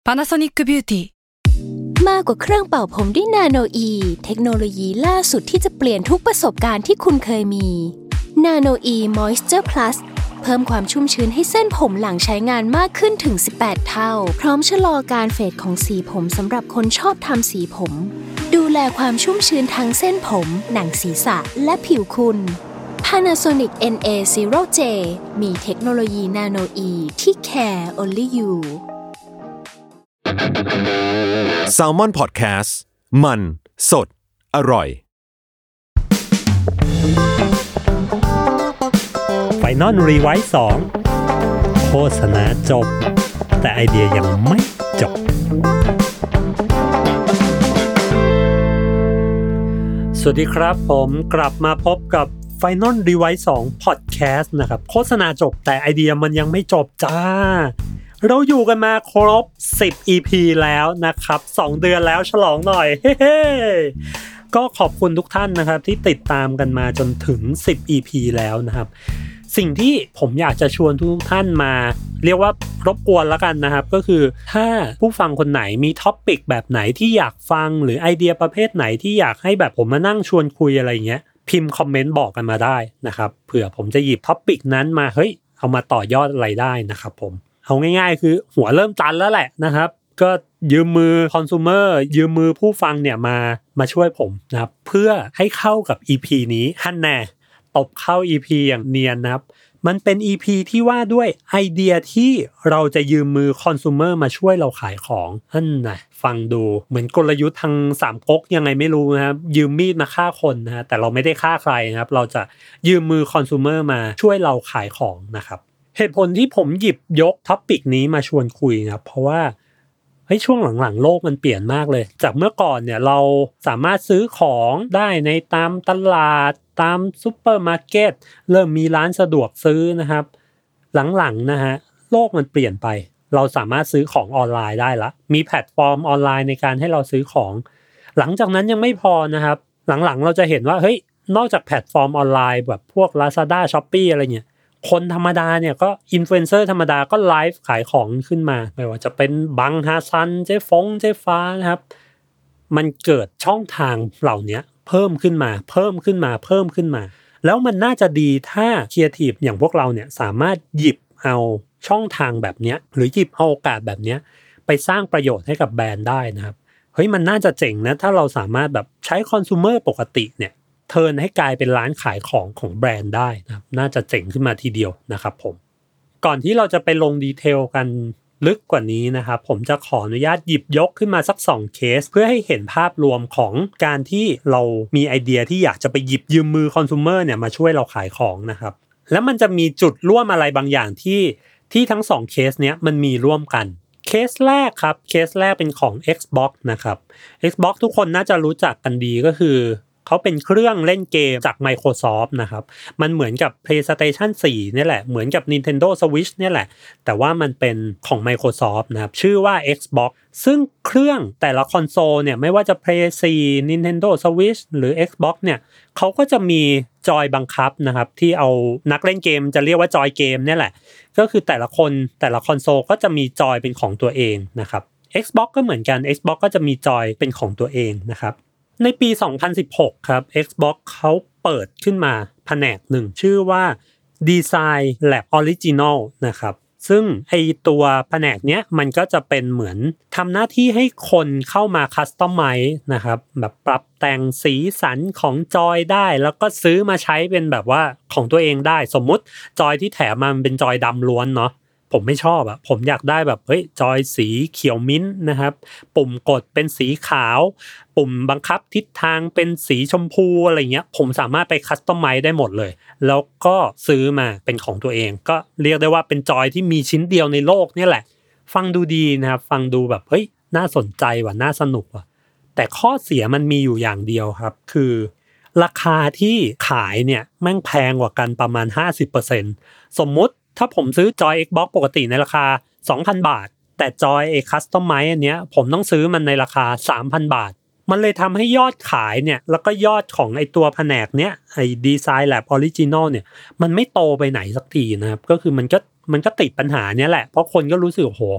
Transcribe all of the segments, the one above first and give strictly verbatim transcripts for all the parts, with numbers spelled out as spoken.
Panasonic Beauty มากกว่าเครื่องเป่าผมด้วยนาโนอีเทคโนโลยีล่าสุดที่จะเปลี่ยนทุกประสบการณ์ที่คุณเคยมีนาโนอีมอยส์เจอร์พลัสเพิ่มความชุ่มชื้นให้เส้นผมหลังใช้งานมากขึ้นถึงสิบแปดเท่าพร้อมชะลอการเฟดของสีผมสำหรับคนชอบทำสีผมดูแลความชุ่มชื้นทั้งเส้นผมหนังศีรษะและผิวคุณ Panasonic เอ็น เอ ศูนย์ เจ มีเทคโนโลยีนาโนอีที่ care only you Salmon Podcast มันสดอร่อย Final Rewrite สองโฆษณาจบแต่ไอเดียยังไม่จบสวัสดีครับผมกลับมาพบกับ Final Rewrite สอง Podcast นะครับโฆษณาจบแต่ไอเดียมันยังไม่จบจ้าเราอยู่กันมาครบสิบ อี พี แล้วนะครับสองเดือนแล้วฉลองหน่อยเฮ้ๆก็ขอบคุณทุกท่านนะครับที่ติดตามกันมาจนถึงสิบ อี พี แล้วนะครับสิ่งที่ผมอยากจะชวนทุกท่านมาเรียกว่ารบกวนแล้วกันนะครับก็คือถ้าผู้ฟังคนไหนมีท็อปปิกแบบไหนที่อยากฟังหรือไอเดียประเภทไหนที่อยากให้แบบผมมานั่งชวนคุยอะไรอย่างเงี้ยพิมพ์คอมเมนต์บอกกันมาได้นะครับเผื่อผมจะหยิบท็อปปิกนั้นมาเฮ้ยเอามาต่อยอดอะไรได้นะครับผมเอาง่ายๆคือหัวเริ่มตันแล้วแหละนะครับก็ยืมมือคอน sumer ยืมมือผู้ฟังเนี่ยมามาช่วยผมนะครับเพื่อให้เข้ากับ อี พี นี้ฮั่นแน่ตบเข้า อี พี อย่างเนียนนะครับมันเป็น อี พี ที่ว่าด้วยไอเดียที่เราจะยืมมือคอน sumer มาช่วยเราขายของฮั่นน่ะฟังดูเหมือนกลยุทธ์ทางสามก๊กยังไงไม่รู้นะครับยืมมีดมาฆ่าคนนะฮะแต่เราไม่ได้ฆ่าใครนะครับเราจะยืมมือคอน sumer มาช่วยเราขายของนะครับเหตุผลที่ผมหยิบยกท็อปิกนี้มาชวนคุยนะครับเพราะว่าเฮ้ยช่วงหลังๆโลกมันเปลี่ยนมากเลยจากเมื่อก่อนเนี่ยเราสามารถซื้อของได้ในตามตลาดตามซุปเปอร์มาร์เก็ตเริ่มมีร้านสะดวกซื้อนะครับหลังๆนะฮะโลกมันเปลี่ยนไปเราสามารถซื้อของออนไลน์ได้ละมีแพลตฟอร์มออนไลน์ในการให้เราซื้อของหลังจากนั้นยังไม่พอนะครับหลังๆเราจะเห็นว่าเฮ้ยนอกจากแพลตฟอร์มออนไลน์แบบพวก Lazada Shopee อะไรเงี้ยคนธรรมดาเนี่ยก็อินฟลูเอนเซอร์ธรรมดาก็ไลฟ์ขายของขึ้นมาไม่ว่าจะเป็นบังฮาซันเจ๊ฟงเจ๊ฟ้านะครับมันเกิดช่องทางเหล่านี้เพิ่มขึ้นมาเพิ่มขึ้นมาเพิ่มขึ้นมาแล้วมันน่าจะดีถ้าครีเอทีฟอย่างพวกเราเนี่ยสามารถหยิบเอาช่องทางแบบนี้หรือหยิบเอาโอกาสแบบนี้ไปสร้างประโยชน์ให้กับแบรนด์ได้นะครับเฮ้ยมันน่าจะเจ๋งนะถ้าเราสามารถแบบใช้คอน sumer ปกติเนี่ยเทิร์นให้กลายเป็นร้านขายของของแบรนด์ได้นะครับน่าจะเจ๋งขึ้นมาทีเดียวนะครับผมก่อนที่เราจะไปลงดีเทลกันลึกกว่านี้นะครับผมจะขออนุญาตหยิบยกขึ้นมาสักสองเคสเพื่อให้เห็นภาพรวมของการที่เรามีไอเดียที่อยากจะไปหยิบยืมมือคอน sumer เนี่ยมาช่วยเราขายของนะครับแล้วมันจะมีจุดร่วมอะไรบางอย่างที่ที่ทั้งสองเคสเนี้ยมันมีร่วมกันเคสแรกครับเคสแรกเป็นของ Xbox นะครับ Xbox ทุกคนน่าจะรู้จักกันดีก็คือเขาเป็นเครื่องเล่นเกมจาก Microsoft นะครับมันเหมือนกับ PlayStation สี่นี่แหละเหมือนกับ Nintendo Switch นี่แหละแต่ว่ามันเป็นของ Microsoft นะครับชื่อว่า Xbox ซึ่งเครื่องแต่ละคอนโซลเนี่ยไม่ว่าจะ พี เอส โฟร์ Nintendo Switch หรือ Xbox เนี่ยเขาก็จะมีจอยบังคับนะครับที่เอานักเล่นเกมจะเรียกว่าจอยเกมนี่แหละก็คือแต่ละคนแต่ละคอนโซลก็จะมีจอยเป็นของตัวเองนะครับ Xbox ก็เหมือนกัน Xbox ก็จะมีจอยเป็นของตัวเองนะครับในปีสองพันสิบหกครับ Xbox เขาเปิดขึ้นมาแผนกหนึ่งชื่อว่า Design Lab Original นะครับซึ่งไอตัวแผนกเนี้ยมันก็จะเป็นเหมือนทำหน้าที่ให้คนเข้ามาคัสตอมไมซ์นะครับแบบปรับแต่งสีสันของจอยได้แล้วก็ซื้อมาใช้เป็นแบบว่าของตัวเองได้สมมุติจอยที่แถมมามันเป็นจอยดำล้วนเนาะผมไม่ชอบอ่ะผมอยากได้แบบเฮ้ยจอยสีเขียวมิ้นท์นะครับปุ่มกดเป็นสีขาวปุ่มบังคับทิศทางเป็นสีชมพูอะไรเงี้ยผมสามารถไปคัสตอมไมซ์ได้หมดเลยแล้วก็ซื้อมาเป็นของตัวเองก็เรียกได้ว่าเป็นจอยที่มีชิ้นเดียวในโลกนี่แหละฟังดูดีนะครับฟังดูแบบเฮ้ยน่าสนใจว่ะน่าสนุกว่ะแต่ข้อเสียมันมีอยู่อย่างเดียวครับคือราคาที่ขายเนี่ยแม่งแพงกว่ากันประมาณ ห้าสิบเปอร์เซ็นต์ สมมุติถ้าผมซื้อจอย Xbox ปกติในราคา สองพัน บาทแต่จอยไอ้คัสตอมไมซ์อันเนี้ยผมต้องซื้อมันในราคา สามพัน บาทมันเลยทำให้ยอดขายเนี่ยแล้วก็ยอดของไอ้ตัวแผนกเนี้ยไอ้ Design Lab Original เนี่ยมันไม่โตไปไหนสักทีนะครับก็คือมันก็มันก็ติดปัญหาเนี้ยแหละเพราะคนก็รู้สึกโหต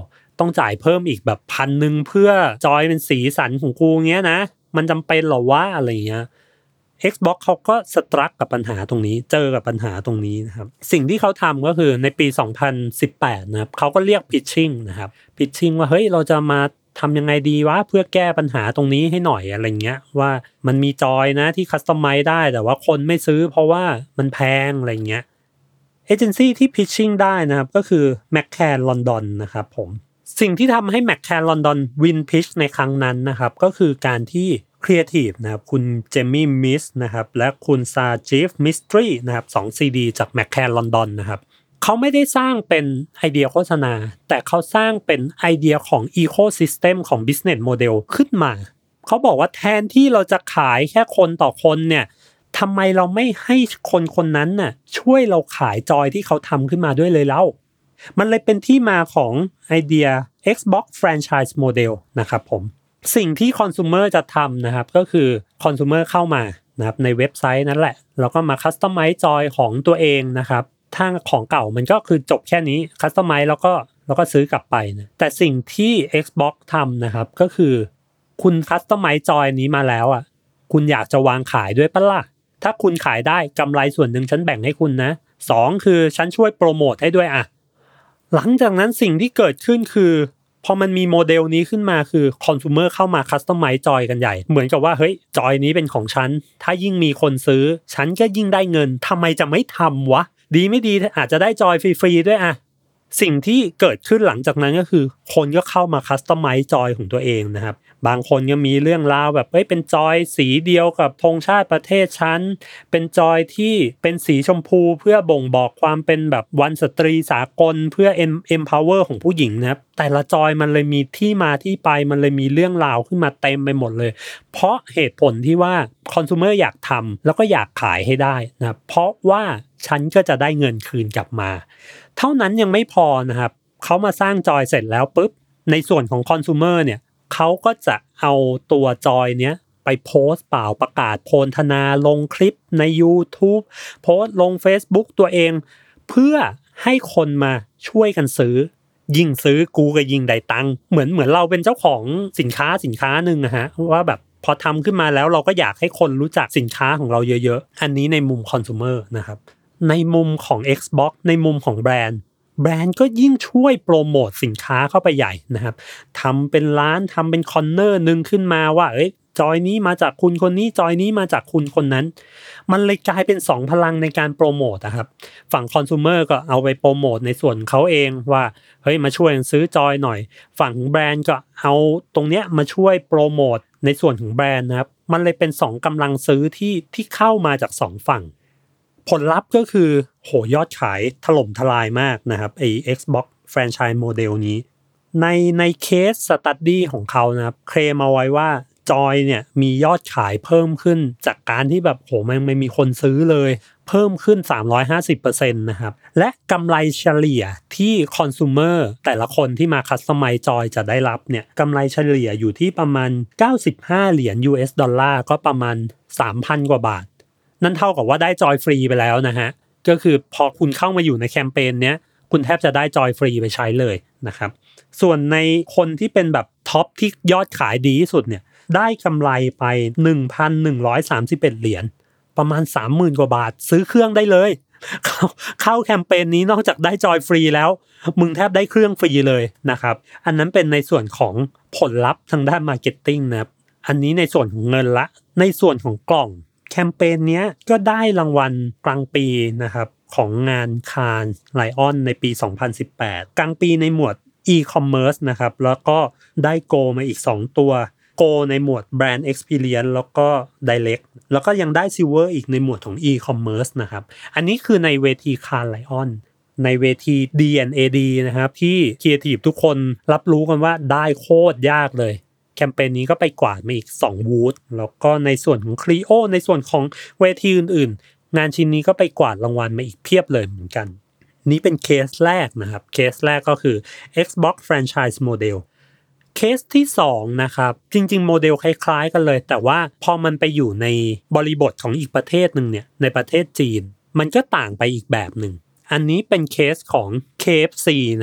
ต้องจ่ายเพิ่มอีกแบบพันหนึ่งเพื่อจอยเป็นสีสันของกูเงี้ยนะมันจำเป็นหรอวะอะไรเงี้ย Xbox เขาก็สตรักกับปัญหาตรงนี้เจอกับปัญหาตรงนี้นะครับสิ่งที่เขาทำก็คือในปีสองพันสิบแปดนะครับเขาก็เรียก pitching นะครับ pitching ว่าเฮ้ยเราจะมาทำยังไงดีวะเพื่อแก้ปัญหาตรงนี้ให้หน่อยอะไรเงี้ยว่ามันมีจอยนะที่คัสตอมไมซ์ได้แต่ว่าคนไม่ซื้อเพราะว่ามันแพงอะไรเงี้ยเอเจนซี่ที่ pitching ได้นะครับก็คือ McCann London นะครับผมสิ่งที่ทำให้ McCann London win pitch ในครั้งนั้นนะครับก็คือการที่ครีเอทีฟนะครับคุณเจมี่มิสนะครับและคุณซาจิฟมิสทรีนะครับสอง ซี ดี จาก McCann London นะครับเขาไม่ได้สร้างเป็นไอเดียโฆษณาแต่เขาสร้างเป็นไอเดียของ Ecosystem ของ Business Model ขึ้นมาเขาบอกว่าแทนที่เราจะขายแค่คนต่อคนเนี่ยทำไมเราไม่ให้คนคนนั้นน่ะช่วยเราขายจอยที่เขาทำขึ้นมาด้วยเลยเล่ามันเลยเป็นที่มาของไอเดีย Xbox Franchise Model นะครับผมสิ่งที่คอน sumer จะทำนะครับก็คือคอน sumer เข้ามานะครับในเว็บไซต์นั่นแหละแล้วก็มาคัสตอมไมซ์จอยของตัวเองนะครับถ้าของเก่ามันก็คือจบแค่นี้คัสตอมไมซ์แล้วก็แล้วก็ซื้อกลับไปนะแต่สิ่งที่ Xbox ทำนะครับก็คือคุณคัสตอมไมซ์จอยนี้มาแล้วอ่ะคุณอยากจะวางขายด้วยปะล่ะถ้าคุณขายได้กำไรส่วนหนึ่งฉันแบ่งให้คุณนะสองคือฉันช่วยโปรโมทให้ด้วยอ่ะหลังจากนั้นสิ่งที่เกิดขึ้นคือพอมันมีโมเดลนี้ขึ้นมาคือคอน sumer เข้ามาคัสตอมไมซ์จอยกันใหญ่เหมือนกับว่าเฮ้ยจอยนี้เป็นของฉันถ้ายิ่งมีคนซื้อฉันก็ยิ่งได้เงินทำไมจะไม่ทำวะดีไม่ดีอาจจะได้จอยฟรีๆด้วยอะสิ่งที่เกิดขึ้นหลังจากนั้นก็คือคนก็เข้ามาคัสตอมไมซ์จอยของตัวเองนะครับบางคนก็มีเรื่องราวแบบเฮ้ยเป็นจอยสีเดียวกับธงชาติประเทศฉันเป็นจอยที่เป็นสีชมพูเพื่อบ่งบอกความเป็นแบบวันสตรีสากลเพื่อ empower ของผู้หญิงนะครับแต่ละจอยมันเลยมีที่มาที่ไปมันเลยมีเรื่องราวขึ้นมาเต็มไปหมดเลยเพราะเหตุผลที่ว่าคอน sumer อยากทำแล้วก็อยากขายให้ได้นะเพราะว่าฉันก็จะได้เงินคืนกลับมาเท่านั้นยังไม่พอนะครับเขามาสร้างจอยเสร็จแล้วปุ๊บในส่วนของคอน sumer เนี่ยเขาก็จะเอาตัวจอยเนี้ยไปโพสต์เปล่าประกาศโพลธนาลงคลิปใน YouTube โพสต์ลง Facebook ตัวเองเพื่อให้คนมาช่วยกันซื้อยิ่งซื้อกูก็ยิ่งได้ตังค์เหมือนเหมือนเราเป็นเจ้าของสินค้าสินค้านึงนะฮะว่าแบบพอทำขึ้นมาแล้วเราก็อยากให้คนรู้จักสินค้าของเราเยอะๆอันนี้ในมุมคอน sumer นะครับในมุมของ Xbox ในมุมของแบรนด์แบรนด์ก็ยิ่งช่วยโปรโมทสินค้าเข้าไปใหญ่นะครับทำเป็นร้านทำเป็นคอร์เนอร์นึงขึ้นมาว่าเอ้ยจอยนี้มาจากคุณคนนี้จอยนี้มาจากคุณคนนั้นมันเลยกลายเป็นสองพลังในการโปรโมทนะครับฝั่งคอน sumer ก็เอาไปโปรโมทในส่วนเขาเองว่าเฮ้ยมาช่วยซื้อจอยหน่อยฝั่งแบรนด์ก็เอาตรงเนี้ยมาช่วยโปรโมทในส่วนของแบรนด์นะครับมันเลยเป็นสองกำลังซื้อที่ที่เข้ามาจากสองฝั่งผลลัพธ์ก็คือโหยอดขายถล่มทลายมากนะครับไอ้ Xbox Franchise Model นี้ในในเคส Study ของเขานะครับเคลมเอาไว้ว่าจอยเนี่ยมียอดขายเพิ่มขึ้นจากการที่แบบโหมันไม่มีคนซื้อเลยเพิ่มขึ้น สามร้อยห้าสิบเปอร์เซ็นต์ นะครับและกำไรเฉลี่ยที่คอน sumer แต่ละคนที่มาคัสตอมไมซ์จอยจะได้รับเนี่ยกำไรเฉลี่ยอยู่ที่ประมาณเก้าสิบห้าเหรียญ ยู เอส ดอลลาร์ก็ประมาณ สามพัน กว่าบาทนั่นเท่ากับว่าได้จอยฟรีไปแล้วนะฮะก็คือพอคุณเข้ามาอยู่ในแคมเปญเนี้ยคุณแทบจะได้จอยฟรีไปใช้เลยนะครับส่วนในคนที่เป็นแบบท็อปที่ยอดขายดีที่สุดเนี่ยได้กำไรไป หนึ่งพันหนึ่งร้อยสามสิบเอ็ด เหรียญประมาณ สามหมื่น กว่าบาทซื้อเครื่องได้เลยเข้าเข้าแคมเปญนี้นอกจากได้จอยฟรีแล้วมึงแทบได้เครื่องฟรีเลยนะครับอันนั้นเป็นในส่วนของผลลัพธ์ทางด้านมาร์เก็ตติ้งนะครับอันนี้ในส่วนของเงินละในส่วนของกล่องแคมเปญเนี้ยก็ได้รางวัลกลางปีนะครับของงานคานส์ไลออนในปีสองพันสิบแปดกลางปีในหมวด e-commerce นะครับแล้วก็ได้โกมาอีกสองตัวโกในหมวด brand experience แล้วก็ direct แล้วก็ยังได้ silver อีกในหมวดของ e-commerce นะครับอันนี้คือในเวทีคานส์ไลออนในเวที ดี แอนด์ เอ ดี นะครับที่ครีเอทีฟทุกคนรับรู้กันว่าได้โคตรยากเลยแคมเปญนี้ก็ไปกวาดมาอีกสองบูธแล้วก็ในส่วนของ Clio ในส่วนของเวทีอื่นๆงานชิ้นนี้ก็ไปกวาดรางวัลมาอีกเพียบเลยเหมือนกันนี่เป็นเคสแรกนะครับเคสแรกก็คือ Xbox Franchise Model เคสที่สองนะครับจริงๆโมเดลคล้ายๆกันเลยแต่ว่าพอมันไปอยู่ในบริบทของอีกประเทศนึงเนี่ยในประเทศจีนมันก็ต่างไปอีกแบบนึงอันนี้เป็นเคสของ เค เอฟ ซี นะครับ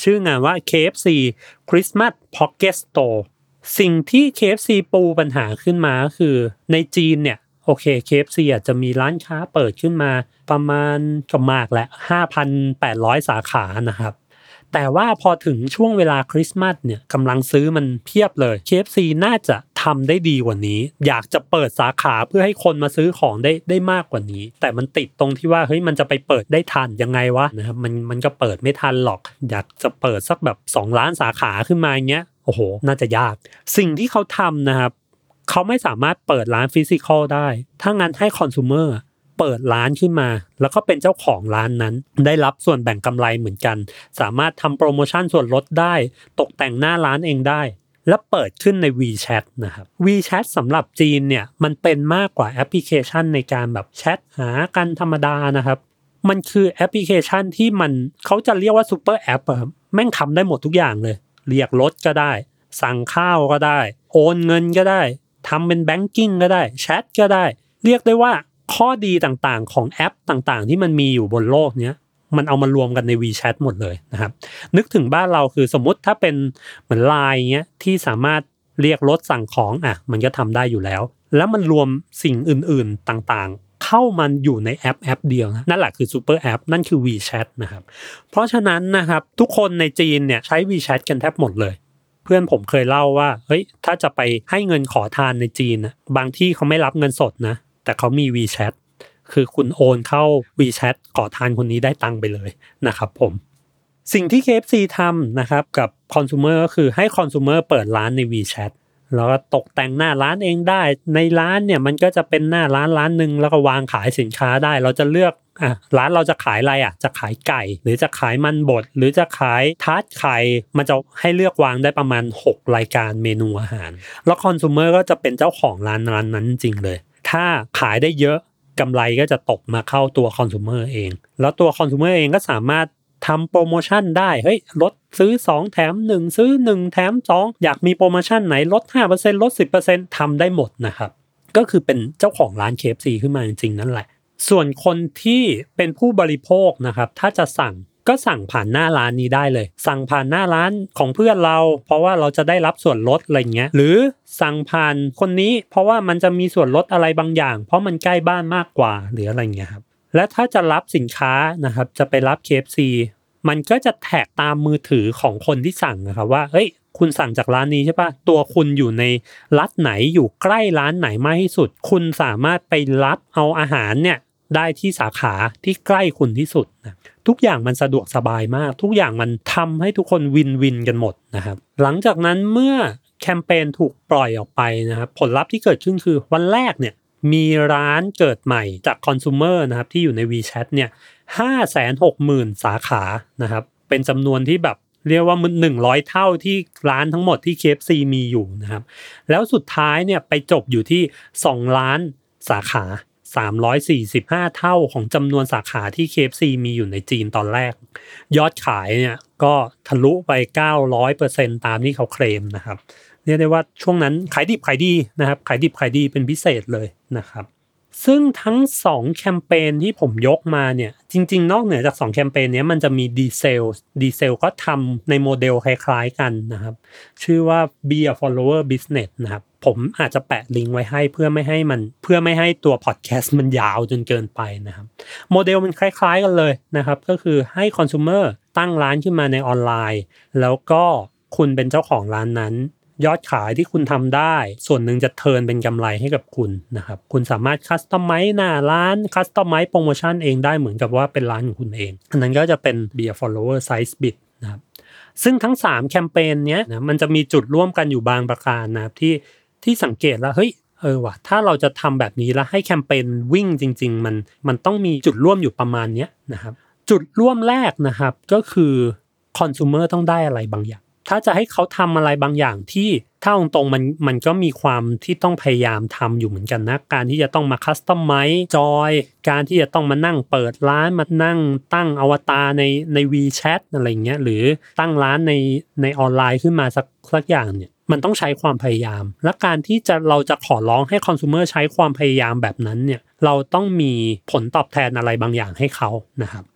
ชื่องานว่า เค เอฟ ซี Christmas Pocket Store สิ่งที่ เค เอฟ ซี ปูปัญหาขึ้นมาก็คือในจีนเนี่ยโอเค เค เอฟ ซี อาจจะมีร้านค้าเปิดขึ้นมาประมาณก็มากแหละ ห้าพันแปดร้อย สาขานะครับแต่ว่าพอถึงช่วงเวลาคริสต์มาสเนี่ยกำลังซื้อมันเพียบเลย เค เอฟ ซี น่าจะทำได้ดีกว่านี้อยากจะเปิดสาขาเพื่อให้คนมาซื้อของได้ได้มากกว่านี้แต่มันติดตรงที่ว่าเฮ้ยมันจะไปเปิดได้ทันยังไงวะนะครับมันมันก็เปิดไม่ทันหรอกอยากจะเปิดสักแบบสองล้านสาขาขึ้นมาอย่างเงี้ยโอ้โหน่าจะยากสิ่งที่เขาทำนะครับเขาไม่สามารถเปิดร้านฟิสิกอลได้ถ้างั้นให้คอน sumer เปิดร้านขึ้นมาแล้วก็เป็นเจ้าของร้านนั้นได้รับส่วนแบ่งกำไรเหมือนกันสามารถทำโปรโมชั่นส่วนลดได้ตกแต่งหน้าร้านเองได้และเปิดขึ้นใน WeChat นะครับ WeChat สำหรับจีนเนี่ยมันเป็นมากกว่าแอปพลิเคชันในการแบบแชทหากันธรรมดานะครับมันคือแอปพลิเคชันที่มันเขาจะเรียกว่าซูเปอร์แอปครับแม่งทำได้หมดทุกอย่างเลยเรียกรถก็ได้สั่งข้าวก็ได้โอนเงินก็ได้ทำเป็นแบงกิ้งก็ได้แชทก็ได้เรียกได้ว่าข้อดีต่างๆของแอปต่างๆที่มันมีอยู่บนโลกเนี้ยมันเอามารวมกันใน WeChat หมดเลยนะครับนึกถึงบ้านเราคือสมมุติถ้าเป็นเหมือน ไลน์ เงี้ยที่สามารถเรียกรถสั่งของอ่ะมันก็ทำได้อยู่แล้วแล้วมันรวมสิ่งอื่นๆต่างๆเข้ามันอยู่ในแอปแอปเดียวนะนั่นแหละคือซูเปอร์แอปนั่นคือ WeChat นะครับเพราะฉะนั้นนะครับทุกคนในจีนเนี่ยใช้ WeChat กันแทบหมดเลยเพื่อนผมเคยเล่าว่าเฮ้ยถ้าจะไปให้เงินขอทานในจีนนะบางที่เขาไม่รับเงินสดนะแต่เขามี WeChat คือคุณโอนเข้า WeChat ขอทานคนนี้ได้ตังค์ไปเลยนะครับผมสิ่งที่ เค เอฟ ซี ทำนะครับกับคอน sumer ก็คือให้คอน sumer เปิดร้านใน WeChat แล้วก็ตกแต่งหน้าร้านเองได้ในร้านเนี่ยมันก็จะเป็นหน้าร้านร้านนึงแล้วก็วางขายสินค้าได้เราจะเลือกอ่ะร้านเราจะขายอะไรอ่ะจะขายไก่หรือจะขายมันบดหรือจะขายทาร์ตไข่มันจะให้เลือกวางได้ประมาณหกรายการเมนูอาหารแล้วคอน sumer ก็จะเป็นเจ้าของร้านร้านนั้นจริงเลยถ้าขายได้เยอะกำไรก็จะตกมาเข้าตัวคอน sumer เองแล้วตัวคอน sumer เองก็สามารถทำโปรโมชั่นได้เฮ้ยลดซื้อสองแถมหนึ่งซื้อหนึ่งแถมสองอยากมีโปรโมชั่นไหนลด ห้าเปอร์เซ็นต์ ลด สิบเปอร์เซ็นต์ ทำได้หมดนะครับก็คือเป็นเจ้าของร้าน เค เอฟ ซี ขึ้นมาจริงๆนั่นแหละส่วนคนที่เป็นผู้บริโภคนะครับถ้าจะสั่งก็สั่งผ่านหน้าร้านนี้ได้เลยสั่งผ่านหน้าร้านของเพื่อนเราเพราะว่าเราจะได้รับส่วนลดอะไรเงี้ยหรือสั่งผ่านคนนี้เพราะว่ามันจะมีส่วนลดอะไรบางอย่างเพราะมันใกล้บ้านมากกว่าหรืออะไรเงี้ยครับและถ้าจะรับสินค้านะครับจะไปรับ เค เอฟ ซี มันก็จะแท็กตามมือถือของคนที่สั่งนะครับว่าเฮ้ยคุณสั่งจากร้านนี้ใช่ป่ะตัวคุณอยู่ในรัฐไหนอยู่ใกล้ร้านไหนมากที่สุดคุณสามารถไปรับเอาอาหารเนี่ยได้ที่สาขาที่ใกล้คุณที่สุดนะทุกอย่างมันสะดวกสบายมากทุกอย่างมันทำให้ทุกคนวินวินกันหมดนะครับหลังจากนั้นเมื่อแคมเปญถูกปล่อยออกไปนะครับผลลัพธ์ที่เกิดขึ้นคือวันแรกเนี่ยมีร้านเกิดใหม่จากคอน sumer นะครับที่อยู่ใน WeChat เนี่ย ห้าแสนหกหมื่น สาขานะครับเป็นจำนวนที่แบบเรียกว่ามันหนึ่งร้อยเท่าที่ร้านทั้งหมดที่ เค เอฟ ซี มีอยู่นะครับแล้วสุดท้ายเนี่ยไปจบอยู่ที่สองล้านสาขาสามร้อยสี่สิบห้าเท่าของจำนวนสาขาที่ เค เอฟ ซี มีอยู่ในจีนตอนแรกยอดขายเนี่ยก็ทะลุไป เก้าร้อยเปอร์เซ็นต์ ตามที่เขาเคลมนะครับเรียกได้ว่าช่วงนั้นขายดิบขายดีนะครับขายดิบขายดีเป็นพิเศษเลยนะครับซึ่งทั้งสองแคมเปญที่ผมยกมาเนี่ยจริงๆนอกเหนือจากสองแคมเปญนี้มันจะมีดีเซลดีเซลก็ทำในโมเดลคล้ายๆกันนะครับชื่อว่า Be a Follower Business นะครับผมอาจจะแปะลิงก์ไว้ให้เพื่อไม่ให้มันเพื่อไม่ให้ตัวพอดแคสต์มันยาวจนเกินไปนะครับโมเดลมันคล้ายๆกันเลยนะครับก็คือให้คอน sumer ตั้งร้านขึ้นมาในออนไลน์แล้วก็คุณเป็นเจ้าของร้านนั้นยอดขายที่คุณทำได้ส่วนหนึ่งจะเทิร์นเป็นกำไรให้กับคุณนะครับคุณสามารถคัสตอมไมซ์หน้าร้านคัสตอมไมซ์โปรโมชั่นเองได้เหมือนกับว่าเป็นร้านของคุณเองอันนั้นก็จะเป็น Be a Follower Size Bit นะครับซึ่งทั้งสามแคมเปญเนี้ยนะมันจะมีจุดร่วมกันอยู่บางประการนะครับที่ที่สังเกตแล้วเฮ้ยเออว่ะถ้าเราจะทำแบบนี้แล้วให้แคมเปญวิ่งจริงๆมันมันต้องมีจุดร่วมอยู่ประมาณนี้นะครับจุดร่วมแรกนะครับก็คือคอน sumer ต้องได้อะไรบางอย่างถ้าจะให้เขาทำอะไรบางอย่างที่ถ้าตรงๆมันมันก็มีความที่ต้องพยายามทำอยู่เหมือนกันนะการที่จะต้องมาคัสตอมไมซ์จอยการที่จะต้องมานั่งเปิดร้านมานั่งตั้งอวตารในใน WeChat อะไรเงี้ยหรือตั้งร้านในในออนไลน์ขึ้นมาสักสักอย่างเนี่ยมันต้องใช้ความพยายามและการที่จะเราจะขอร้องให้คอน sumer ใช้ความพยายามแบบนั้นเนี่ยเราต้องมีผลตอบแทนอะไรบางอย่างให้เขานะครับ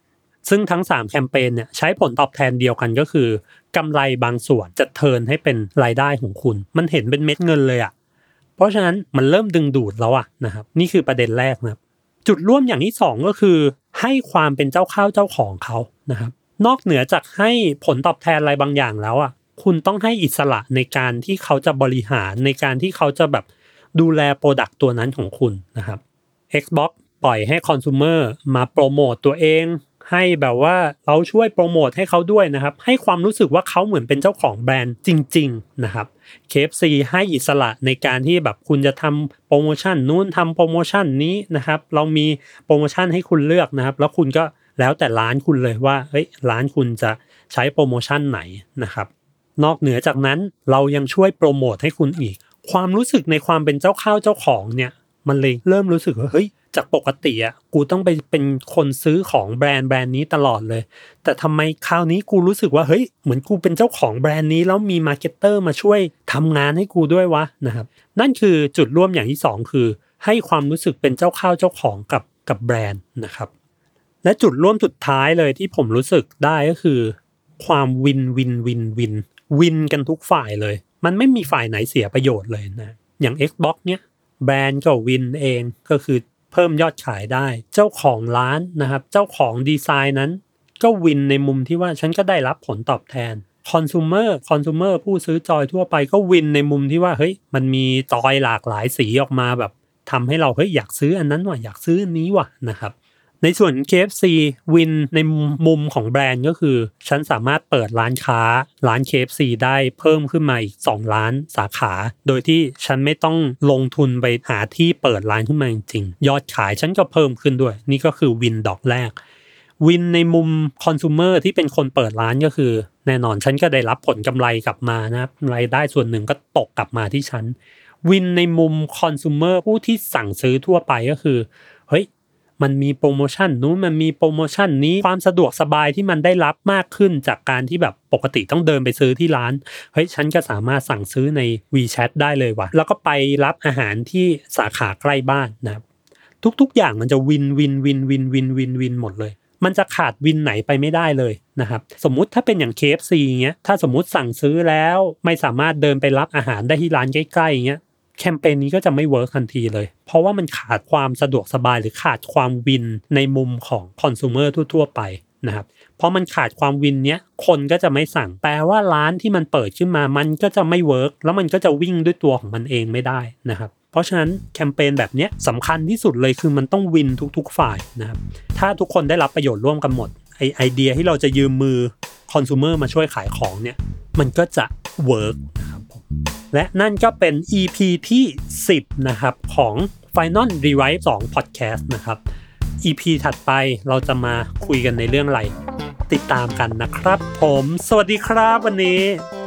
ซึ่งทั้งสามแคมเปญเนี่ยใช้ผลตอบแทนเดียวกันก็คือกำไรบางส่วนจะเทิร์นให้เป็นรายได้ของคุณมันเห็นเป็นเม็ดเงินเลยอ่ะเพราะฉะนั้นมันเริ่มดึงดูดแล้วอ่ะนะครับนี่คือประเด็นแรกนะครับจุดร่วมอย่างที่สองก็คือให้ความเป็นเจ้าเข้าเจ้าของเขานะครับนอกเหนือจากให้ผลตอบแทนอะไรบางอย่างแล้วอ่ะคุณต้องให้อิสระในการที่เขาจะบริหารในการที่เขาจะแบบดูแลโปรดักต์ตัวนั้นของคุณนะครับ Xbox ปล่อยให้คอน sumer มาโปรโมตตัวเองให้แบบว่าเราช่วยโปรโมทให้เขาด้วยนะครับให้ความรู้สึกว่าเขาเหมือนเป็นเจ้าของแบรนด์จริงๆนะครับ เค เอฟ ซี ให้อิสระในการที่แบบคุณจะทำโปรโมชั่นนู้นทำโปรโมชั่นนี้นะครับเรามีโปรโมชั่นให้คุณเลือกนะครับแล้วคุณก็แล้วแต่ร้านคุณเลยว่าเฮ้ยร้านคุณจะใช้โปรโมชั่นไหนนะครับนอกเหนือจากนั้นเรายังช่วยโปรโมทให้คุณอีกความรู้สึกในความเป็นเจ้าเข้าเจ้าของเนี่ยมันเลยเริ่มรู้สึกว่าเฮ้ยจากปกติอ่ะกูต้องไปเป็นคนซื้อของแบรนด์แบรนด์นี้ตลอดเลยแต่ทำไมคราวนี้กูรู้สึกว่าเฮ้ยเหมือนกูเป็นเจ้าของแบรนด์นี้แล้วมีมาร์เก็ตเตอร์มาช่วยทำงานให้กูด้วยวะนะครับนั่นคือจุดร่วมอย่างที่สองคือให้ความรู้สึกเป็นเจ้าเข้าเจ้าของกับกับแบรนด์นะครับและจุดร่วมสุดท้ายเลยที่ผมรู้สึกได้ก็คือความวินวินวินวินวินกันทุกฝ่ายเลยมันไม่มีฝ่ายไหนเสียประโยชน์เลยนะอย่าง Xbox เนี้ยแบรนด์ก็วินเองก็คือเพิ่มยอดขายได้เจ้าของร้านนะครับเจ้าของดีไซน์นั้นก็วินในมุมที่ว่าฉันก็ได้รับผลตอบแทนคอน sumer คอน sumer ผู้ซื้อจอยทั่วไปก็วินในมุมที่ว่าเฮ้ยมันมีจอยหลากหลายสีออกมาแบบทำให้เราเฮ้ยอยากซื้ออันนั้นว่ะอยากซื้ออันนี้ว่ะนะครับในส่วน เค เอฟ ซี วินในมุมของแบรนด์ก็คือฉันสามารถเปิดร้านค้าร้าน เค เอฟ ซี ได้เพิ่มขึ้นมาอีกสองล้านสาขาโดยที่ฉันไม่ต้องลงทุนไปหาที่เปิดร้านขึ้นมาจริงๆยอดขายฉันก็เพิ่มขึ้นด้วยนี่ก็คือวินดอกแรกวินในมุมคอน sumer ที่เป็นคนเปิดร้านก็คือแน่นอนฉันก็ได้รับผลกำไรกลับมานะครับรายได้ส่วนหนึ่งก็ตกกลับมาที่ฉันวินในมุมคอน sumer ผู้ที่สั่งซื้อทั่วไปก็คือเฮ้ยมันมีโปรโมชั่นนู้นมันมีโปรโมชั่นนี้ความสะดวกสบายที่มันได้รับมากขึ้นจากการที่แบบปกติต้องเดินไปซื้อที่ร้านเฮ้ยฉันก็สามารถสั่งซื้อใน WeChat ได้เลยว่ะแล้วก็ไปรับอาหารที่สาขาใกล้บ้านนะครับทุกๆอย่างมันจะวินวินวินวินวินวินวินหมดเลยมันจะขาดวินไหนไปไม่ได้เลยนะครับสมมุติถ้าเป็นอย่าง เค เอฟ ซี เงี้ยถ้าสมมุติสั่งซื้อแล้วไม่สามารถเดินไปรับอาหารได้ที่ร้านใกล้ๆเงี้ยแคมเปญนี้ก็จะไม่เวิร์คทันทีเลยเพราะว่ามันขาดความสะดวกสบายหรือขาดความวินในมุมของคอน sumer ทั่วๆไปนะครับเพราะมันขาดความวินเนี้ยคนก็จะไม่สั่งแปลว่าร้านที่มันเปิดขึ้นมามันก็จะไม่เวิร์คแล้วมันก็จะวิ่งด้วยตัวของมันเองไม่ได้นะครับเพราะฉะนั้นแคมเปญแบบนี้สำคัญที่สุดเลยคือมันต้องวินทุกๆฝ่ายนะครับถ้าทุกคนได้รับประโยชน์ร่วมกันหมดไอไอเดียที่เราจะยืมมือคอน sumer มาช่วยขายของเนี่ยมันก็จะเวิร์คนะครับและนั่นก็เป็น อี พี ที่สิบนะครับของ Final Rewind สอง Podcast นะครับ อี พี ถัดไปเราจะมาคุยกันในเรื่องอะไรติดตามกันนะครับผมสวัสดีครับวันนี้